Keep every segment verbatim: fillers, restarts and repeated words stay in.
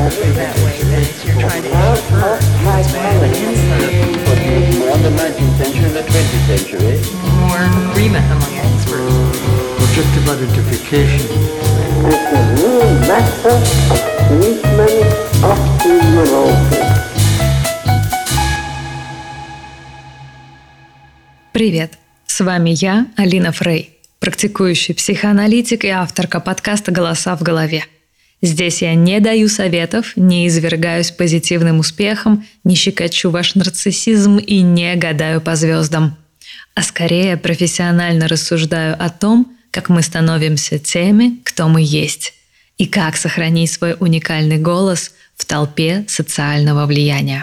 outwardly that way, then you're trying to invert what's going on inside. What is more in the nineteenth century and the twentieth century? More agreement among experts. Objective identification. It's a new method of treatment of the neurosis. Привет! С вами я, Алина Фрей, практикующий психоаналитик и авторка подкаста «Голоса в голове». Здесь я не даю советов, не извергаюсь позитивным успехом, не щекочу ваш нарциссизм и не гадаю по звездам, а скорее профессионально рассуждаю о том, как мы становимся теми, кто мы есть, и как сохранить свой уникальный голос в толпе социального влияния.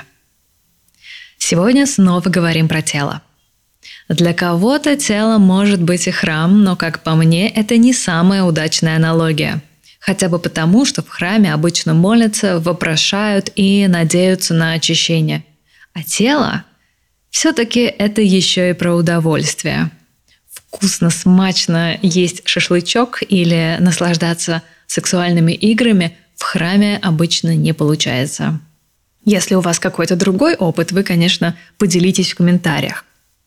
Сегодня снова говорим про тело. Для кого-то тело может быть и храм, но, как по мне, это не самая удачная аналогия. Хотя бы потому, что в храме обычно молятся, вопрошают и надеются на очищение. А тело все-таки это еще и про удовольствие. Вкусно, смачно есть шашлычок или наслаждаться сексуальными играми в храме обычно не получается. Если у вас какой-то другой опыт, вы, конечно, поделитесь в комментариях.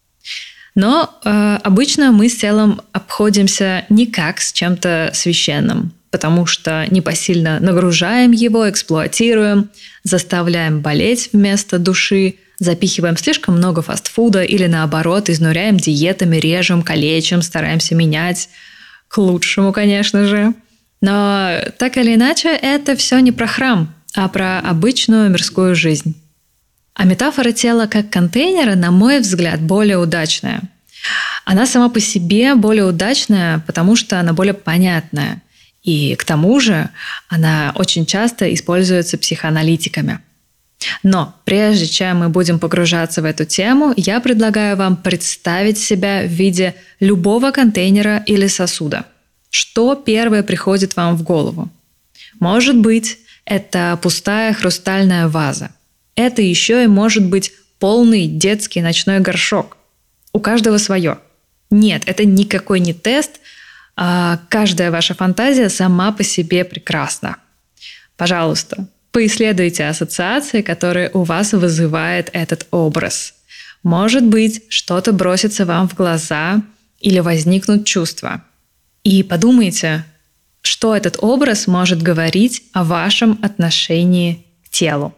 Но э, обычно мы с телом обходимся не как с чем-то священным, потому что непосильно нагружаем его, эксплуатируем, заставляем болеть вместо души, запихиваем слишком много фастфуда или, наоборот, изнуряем диетами, режем, калечим, стараемся менять к лучшему, конечно же. Но так или иначе, это все не про храм, а про обычную мирскую жизнь. А метафора тела как контейнера, на мой взгляд, более удачная. Она сама по себе более удачная, потому что она более понятная. И к тому же она очень часто используется психоаналитиками. Но прежде чем мы будем погружаться в эту тему, я предлагаю вам представить себя в виде любого контейнера или сосуда. Что первое приходит вам в голову? Может быть, это пустая хрустальная ваза. Это еще и может быть полный детский ночной горшок. У каждого свое. Нет, это никакой не тест. А каждая ваша фантазия сама по себе прекрасна. Пожалуйста, поисследуйте ассоциации, которые у вас вызывает этот образ. Может быть, что-то бросится вам в глаза или возникнут чувства. И подумайте, что этот образ может говорить о вашем отношении к телу.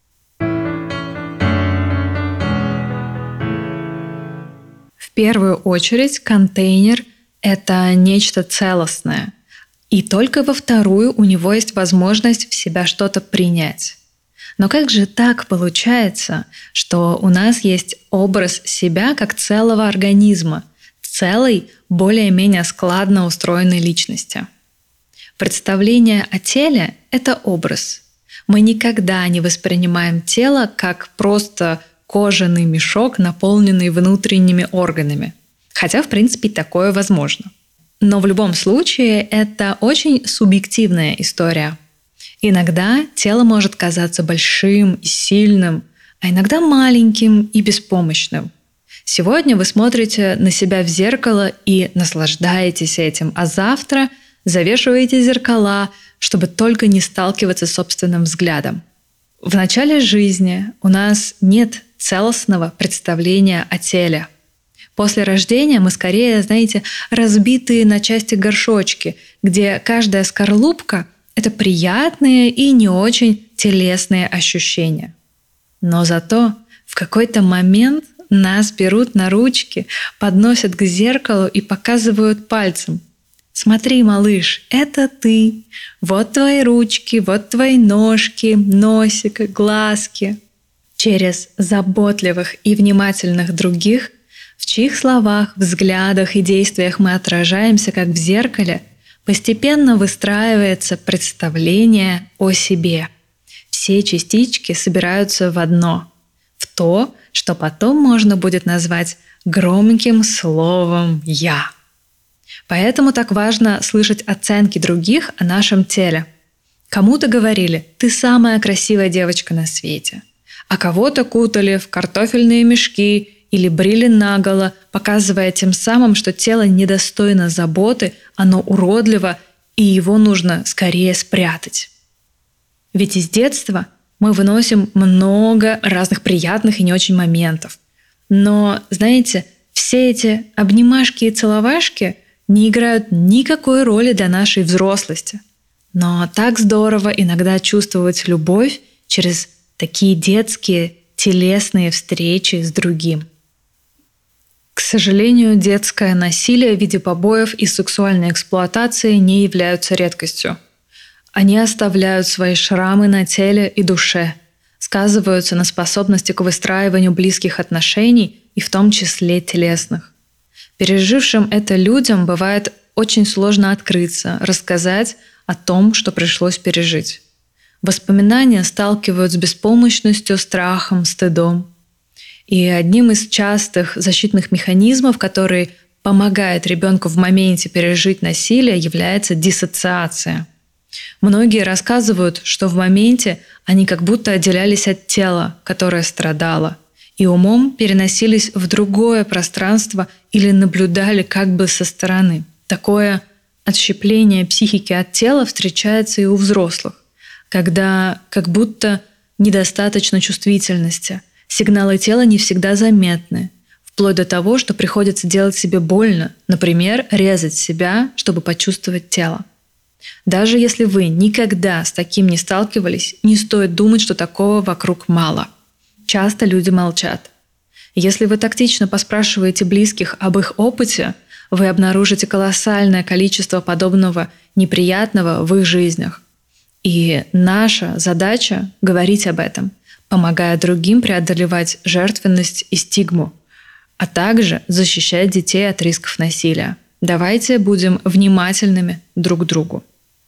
В первую очередь контейнер – это нечто целостное. И только во вторую у него есть возможность в себя что-то принять. Но как же так получается, что у нас есть образ себя как целого организма, целой, более-менее складно устроенной личности? Представление о теле – это образ. Мы никогда не воспринимаем тело как просто кожаный мешок, наполненный внутренними органами. Хотя, в принципе, такое возможно. Но в любом случае это очень субъективная история. Иногда тело может казаться большим и сильным, а иногда маленьким и беспомощным. Сегодня вы смотрите на себя в зеркало и наслаждаетесь этим, а завтра завешиваете зеркала, чтобы только не сталкиваться с собственным взглядом. В начале жизни у нас нет целостного представления о теле. После рождения мы скорее, знаете, разбитые на части горшочки, где каждая скорлупка – это приятные и не очень телесные ощущения. Но зато в какой-то момент нас берут на ручки, подносят к зеркалу и показывают пальцем. «Смотри, малыш, это ты. Вот твои ручки, вот твои ножки, носик, глазки». Через заботливых и внимательных других, в чьих словах, взглядах и действиях мы отражаемся, как в зеркале, постепенно выстраивается представление о себе. Все частички собираются в одно, в то, что потом можно будет назвать громким словом «я». Поэтому так важно слышать оценки других о нашем теле. Кому-то говорили «ты самая красивая девочка на свете», а кого-то кутали в картофельные мешки или брили наголо, показывая тем самым, что тело недостойно заботы, оно уродливо, и его нужно скорее спрятать. Ведь из детства мы выносим много разных приятных и не очень моментов. Но, знаете, все эти обнимашки и целовашки не играют никакой роли для нашей взрослости. Но так здорово иногда чувствовать любовь через такие детские телесные встречи с другим. К сожалению, детское насилие в виде побоев и сексуальной эксплуатации не являются редкостью. Они оставляют свои шрамы на теле и душе, сказываются на способности к выстраиванию близких отношений и в том числе телесных. Пережившим это людям бывает очень сложно открыться, рассказать о том, что пришлось пережить. Воспоминания сталкивают с беспомощностью, страхом, стыдом. И одним из частых защитных механизмов, который помогает ребенку в моменте пережить насилие, является диссоциация. Многие рассказывают, что в моменте они как будто отделялись от тела, которое страдало, и умом переносились в другое пространство или наблюдали как бы со стороны. Такое отщепление психики от тела встречается и у взрослых, когда как будто недостаточно чувствительности, сигналы тела не всегда заметны, вплоть до того, что приходится делать себе больно, например, резать себя, чтобы почувствовать тело. Даже если вы никогда с таким не сталкивались, не стоит думать, что такого вокруг мало. Часто люди молчат. Если вы тактично поспрашиваете близких об их опыте, вы обнаружите колоссальное количество подобного неприятного в их жизнях. И наша задача — говорить об этом, помогая другим преодолевать жертвенность и стигму, а также защищать детей от рисков насилия. Давайте будем внимательными друг к другу.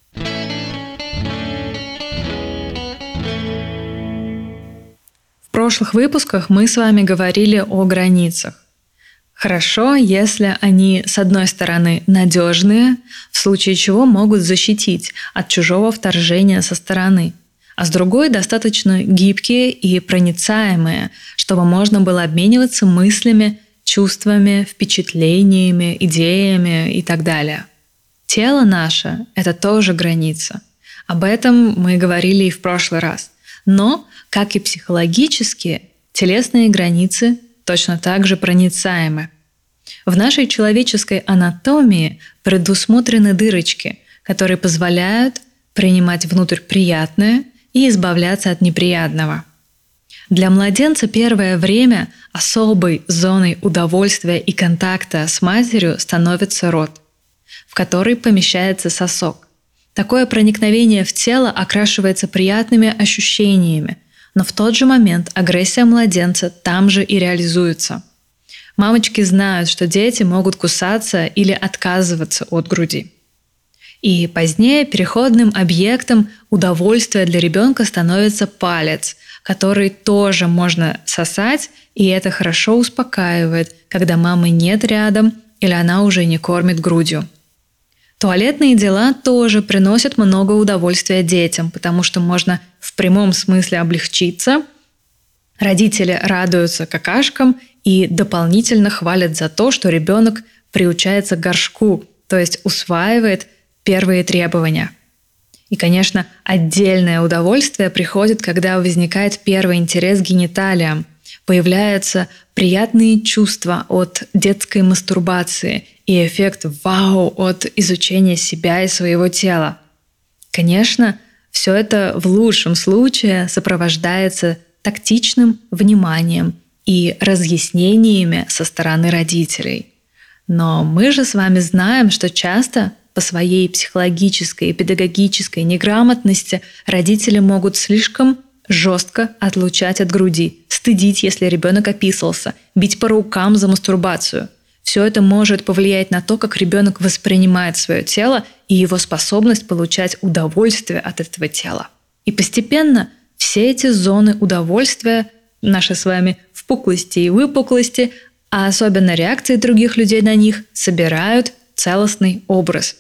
В прошлых выпусках мы с вами говорили о границах. Хорошо, если они, с одной стороны, надежные, в случае чего могут защитить от чужого вторжения со стороны, а с другой достаточно гибкие и проницаемые, чтобы можно было обмениваться мыслями, чувствами, впечатлениями, идеями и так далее. Тело наше — это тоже граница. Об этом мы говорили и в прошлый раз. Но, как и психологические, телесные границы точно так же проницаемы. В нашей человеческой анатомии предусмотрены дырочки, которые позволяют принимать внутрь приятное и избавляться от неприятного. Для младенца первое время особой зоной удовольствия и контакта с матерью становится рот, в который помещается сосок. Такое проникновение в тело окрашивается приятными ощущениями, но в тот же момент агрессия младенца там же и реализуется. Мамочки знают, что дети могут кусаться или отказываться от груди. И позднее переходным объектом удовольствия для ребенка становится палец, который тоже можно сосать, и это хорошо успокаивает, когда мамы нет рядом или она уже не кормит грудью. Туалетные дела тоже приносят много удовольствия детям, потому что можно в прямом смысле облегчиться. Родители радуются какашкам и дополнительно хвалят за то, что ребенок приучается к горшку, то есть усваивает первые требования. И, конечно, отдельное удовольствие приходит, когда возникает первый интерес к гениталиям, появляются приятные чувства от детской мастурбации и эффект «вау» от изучения себя и своего тела. Конечно, все это в лучшем случае сопровождается тактичным вниманием и разъяснениями со стороны родителей. Но мы же с вами знаем, что часто по своей психологической и педагогической неграмотности родители могут слишком жестко отлучать от груди, стыдить, если ребенок описался, бить по рукам за мастурбацию. Все это может повлиять на то, как ребенок воспринимает свое тело и его способность получать удовольствие от этого тела. И постепенно все эти зоны удовольствия, наши с вами впуклости и выпуклости, а особенно реакции других людей на них, собирают целостный образ.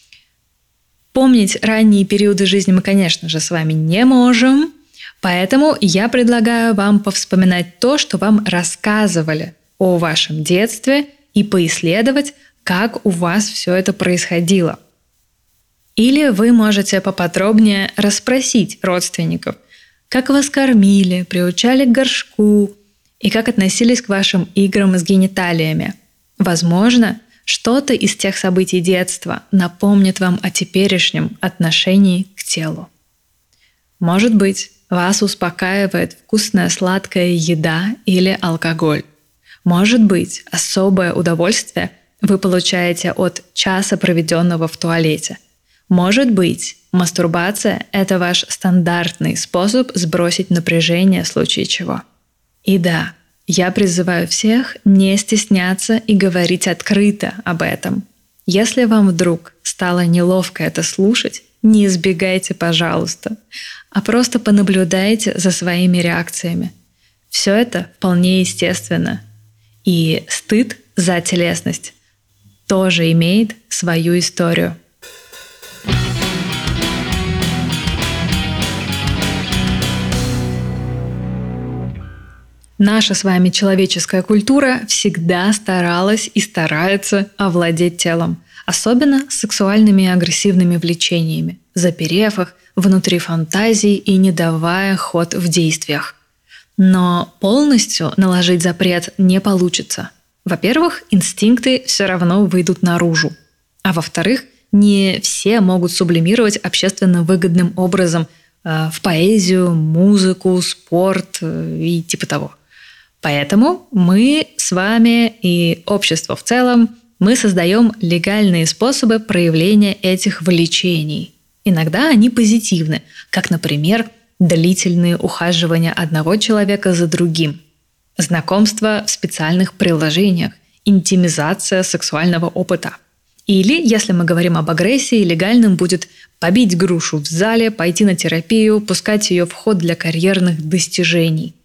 Помнить ранние периоды жизни мы, конечно же, с вами не можем, поэтому я предлагаю вам повспоминать то, что вам рассказывали о вашем детстве, и поисследовать, как у вас все это происходило. Или вы можете поподробнее расспросить родственников, как вас кормили, приучали к горшку и как относились к вашим играм с гениталиями. Возможно, что-то из тех событий детства напомнит вам о теперешнем отношении к телу. Может быть, вас успокаивает вкусная сладкая еда или алкоголь. Может быть, особое удовольствие вы получаете от часа, проведенного в туалете. Может быть, мастурбация – это ваш стандартный способ сбросить напряжение в случае чего. И да, я призываю всех не стесняться и говорить открыто об этом. Если вам вдруг стало неловко это слушать, не избегайте, пожалуйста, а просто понаблюдайте за своими реакциями. Все это вполне естественно. И стыд за телесность тоже имеет свою историю. Наша с вами человеческая культура всегда старалась и старается овладеть телом, особенно сексуальными и агрессивными влечениями, заперев их внутри фантазий и не давая ход в действиях. Но полностью наложить запрет не получится. Во-первых, инстинкты все равно выйдут наружу. А во-вторых, не все могут сублимировать общественно выгодным образом э, в поэзию, музыку, спорт э, и типа того. Поэтому мы с вами и общество в целом, мы создаем легальные способы проявления этих влечений. Иногда они позитивны, как, например, длительные ухаживания одного человека за другим, знакомство в специальных приложениях, интимизация сексуального опыта. Или, если мы говорим об агрессии, легальным будет побить грушу в зале, пойти на терапию, пускать ее в ход для карьерных достижений.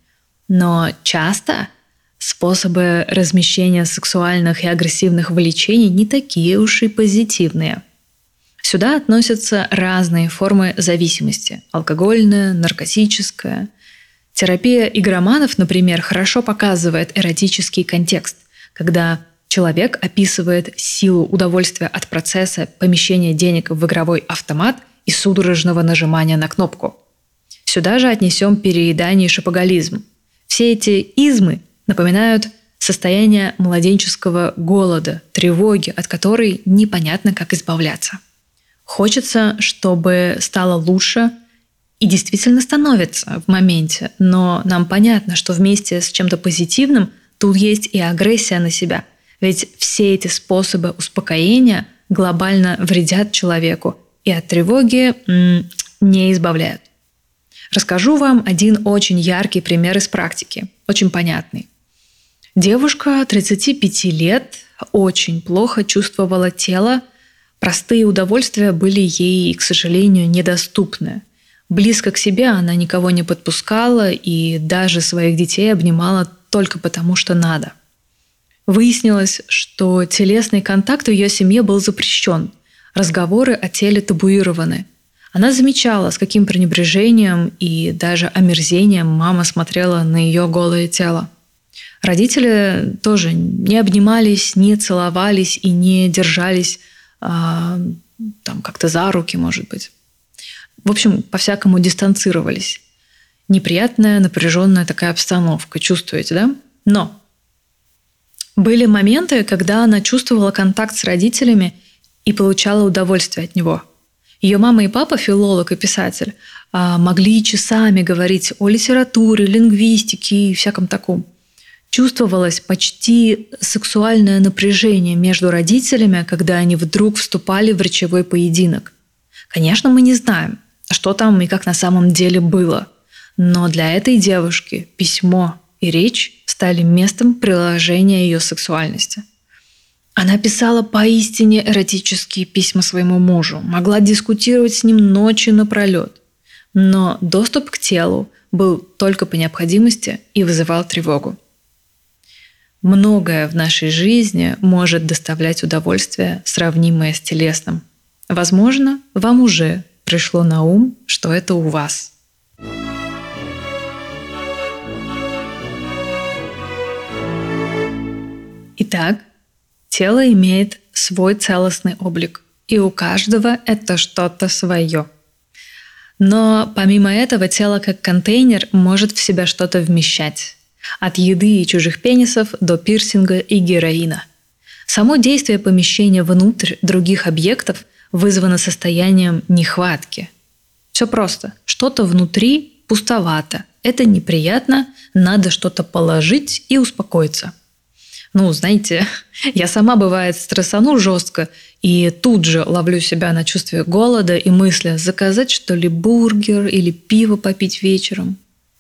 Но часто способы размещения сексуальных и агрессивных влечений не такие уж и позитивные. Сюда относятся разные формы зависимости – алкогольная, наркотическая. Терапия игроманов, например, хорошо показывает эротический контекст, когда человек описывает силу удовольствия от процесса помещения денег в игровой автомат и судорожного нажимания на кнопку. Сюда же отнесем переедание и шопоголизм. Все эти измы напоминают состояние младенческого голода, тревоги, от которой непонятно, как избавляться. Хочется, чтобы стало лучше, и действительно становится в моменте, но нам понятно, что вместе с чем-то позитивным тут есть и агрессия на себя, ведь все эти способы успокоения глобально вредят человеку и от тревоги м- не избавляют. Расскажу вам один очень яркий пример из практики, очень понятный. Девушка тридцати пяти лет очень плохо чувствовала тело, простые удовольствия были ей, к сожалению, недоступны. Близко к себе она никого не подпускала и даже своих детей обнимала только потому, что надо. Выяснилось, что телесный контакт в ее семье был запрещен, разговоры о теле табуированы. Она замечала, с каким пренебрежением и даже омерзением мама смотрела на ее голое тело. Родители тоже не обнимались, не целовались и не держались а, там, как-то за руки, может быть. В общем, по-всякому дистанцировались. Неприятная, напряженная такая обстановка, чувствуете, да? Но были моменты, когда она чувствовала контакт с родителями и получала удовольствие от него. Ее мама и папа, филолог и писатель, могли часами говорить о литературе, лингвистике и всяком таком. Чувствовалось почти сексуальное напряжение между родителями, когда они вдруг вступали в речевой поединок. Конечно, мы не знаем, что там и как на самом деле было, но для этой девушки письмо и речь стали местом приложения ее сексуальности. Она писала поистине эротические письма своему мужу, могла дискутировать с ним ночи напролет, но доступ к телу был только по необходимости и вызывал тревогу. Многое в нашей жизни может доставлять удовольствие, сравнимое с телесным. Возможно, вам уже пришло на ум, что это у вас. Итак, тело имеет свой целостный облик. и у каждого это что-то свое. Но помимо этого тело как контейнер может в себя что-то вмещать. От еды и чужих пенисов до пирсинга и героина. Само действие помещения внутрь других объектов вызвано состоянием нехватки. Все просто. Что-то внутри пустовато. Это неприятно, надо что-то положить и успокоиться. Ну, знаете, я сама, бывает, стрессану жестко и тут же ловлю себя на чувстве голода и мысли заказать, что ли, бургер или пиво попить вечером.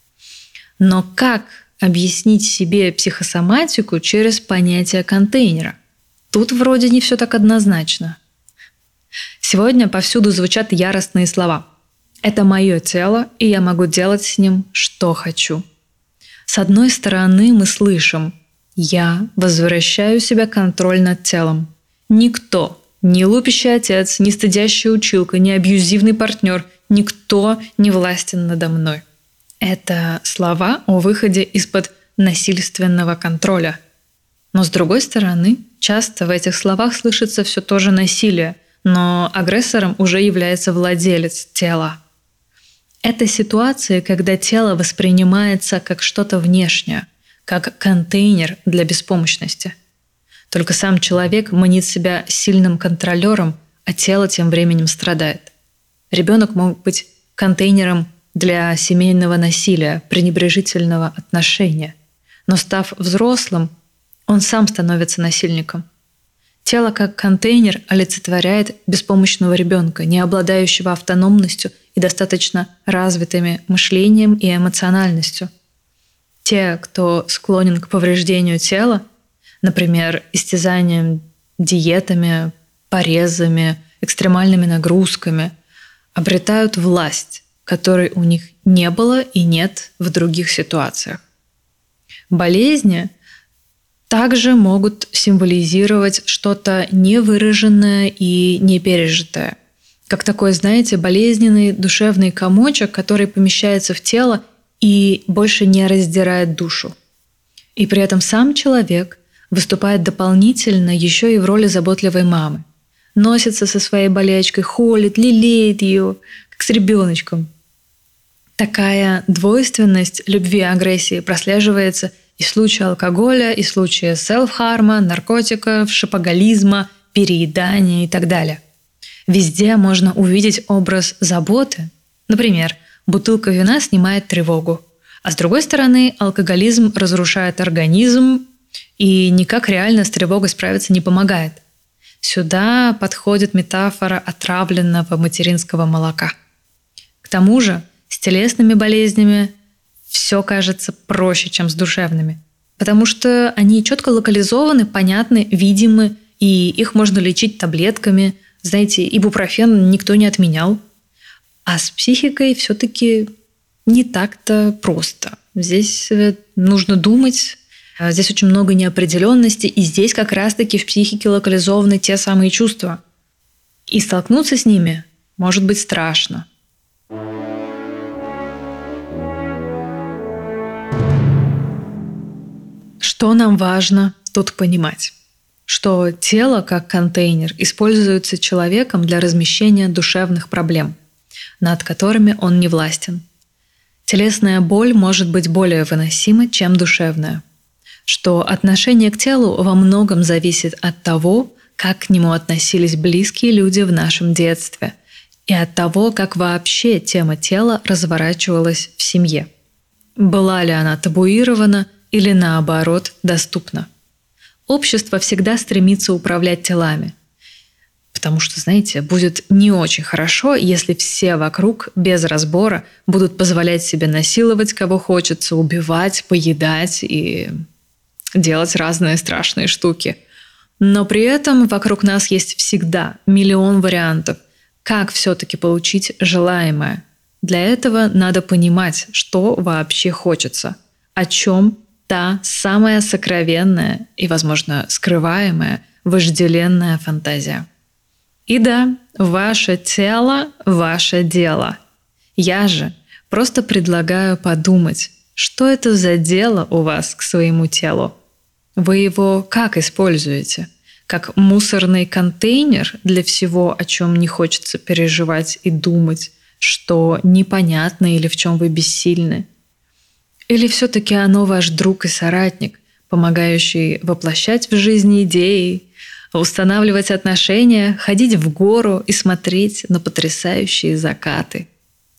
Но как объяснить себе психосоматику через понятие контейнера? Тут вроде не все так однозначно. Сегодня повсюду звучат яростные слова. Это мое тело, и я могу делать с ним, что хочу. С одной стороны, мы слышим: я возвращаю себе контроль над телом. Никто, ни лупящий отец, ни стыдящая училка, ни абьюзивный партнер, никто не властен надо мной. Это слова о выходе из-под насильственного контроля. Но с другой стороны, часто в этих словах слышится все то же насилие, но агрессором уже является владелец тела. Это ситуация, когда тело воспринимается как что-то внешнее, как контейнер для беспомощности. Только сам человек мнит себя сильным контролером, а тело тем временем страдает. Ребенок мог быть контейнером для семейного насилия, пренебрежительного отношения. Но став взрослым, он сам становится насильником. Тело как контейнер олицетворяет беспомощного ребенка, не обладающего автономностью и достаточно развитыми мышлением и эмоциональностью. Те, кто склонен к повреждению тела, например, истязанием диетами, порезами, экстремальными нагрузками, обретают власть, которой у них не было и нет в других ситуациях. Болезни также могут символизировать что-то невыраженное и непережитое. Как такой, знаете, болезненный душевный комочек, который помещается в тело и больше не раздирает душу. И при этом сам человек выступает дополнительно еще и в роли заботливой мамы. Носится со своей болячкой, холит, лелеет ее, как с ребеночком. Такая двойственность любви и агрессии прослеживается и в случае алкоголя, и в случае селф-харма, наркотиков, шопоголизма, переедания и так далее. Везде можно увидеть образ заботы. Например, бутылка вина снимает тревогу, а с другой стороны, алкоголизм разрушает организм и никак реально с тревогой справиться не помогает. Сюда подходит метафора отравленного материнского молока. К тому же, с телесными болезнями все кажется проще, чем с душевными, потому что они четко локализованы, понятны, видимы, и их можно лечить таблетками. Знаете, ибупрофен никто не отменял. А с психикой все-таки не так-то просто. Здесь нужно думать, здесь очень много неопределенности, и здесь как раз-таки в психике локализованы те самые чувства. И столкнуться с ними может быть страшно. Что нам важно тут понимать? Что тело, как контейнер, используется человеком для размещения душевных проблем, над которыми он не властен. Телесная боль может быть более выносима, чем душевная. Что отношение к телу во многом зависит от того, как к нему относились близкие люди в нашем детстве, и от того, как вообще тема тела разворачивалась в семье. Была ли она табуирована или, наоборот, доступна? Общество всегда стремится управлять телами, потому что, знаете, будет не очень хорошо, если все вокруг без разбора будут позволять себе насиловать кого хочется, убивать, поедать и делать разные страшные штуки. Но при этом вокруг нас есть всегда миллион вариантов, как все-таки получить желаемое. Для этого надо понимать, что вообще хочется, о чем та самая сокровенная и, возможно, скрываемая вожделенная фантазия. И да, ваше тело – ваше дело. Я же просто предлагаю подумать, что это за дело у вас к своему телу. Вы его как используете? как мусорный контейнер для всего, о чем не хочется переживать и думать, что непонятно или в чем вы бессильны? Или все-таки оно ваш друг и соратник, помогающий воплощать в жизни идеи, устанавливать отношения, ходить в гору и смотреть на потрясающие закаты?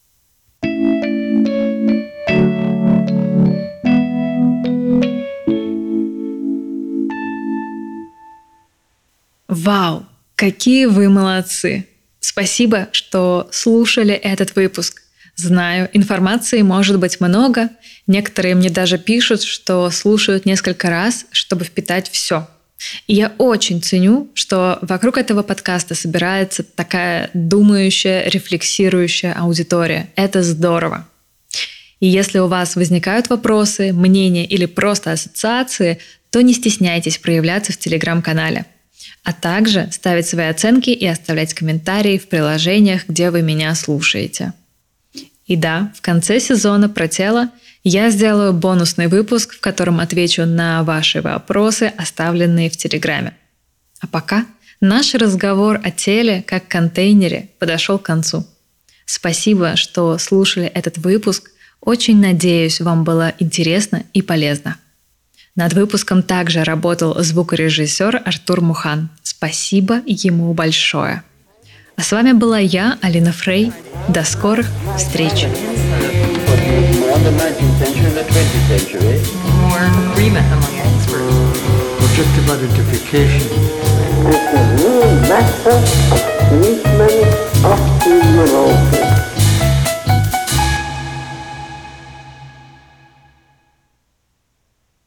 Вау, какие вы молодцы! Спасибо, что слушали этот выпуск. Знаю, информации может быть много. Некоторые мне даже пишут, что слушают несколько раз, чтобы впитать все. И я очень ценю, что вокруг этого подкаста собирается такая думающая, рефлексирующая аудитория. Это здорово. И если у вас возникают вопросы, мнения или просто ассоциации, то не стесняйтесь проявляться в Телеграм-канале, а также ставить свои оценки и оставлять комментарии в приложениях, где вы меня слушаете. И да, в конце сезона про тело я сделаю бонусный выпуск, в котором отвечу на ваши вопросы, оставленные в Телеграме. А пока наш разговор о теле как контейнере подошел к концу. Спасибо, что слушали этот выпуск. Очень надеюсь, вам было интересно и полезно. Над выпуском также работал звукорежиссер Артур Мухан. Спасибо ему большое. А с вами была я, Алина Фрей. До скорых встреч! More in the nineteenth century and the twentieth century. More agreement among experts. Objective identification. as a new method of treatment of the neurosis.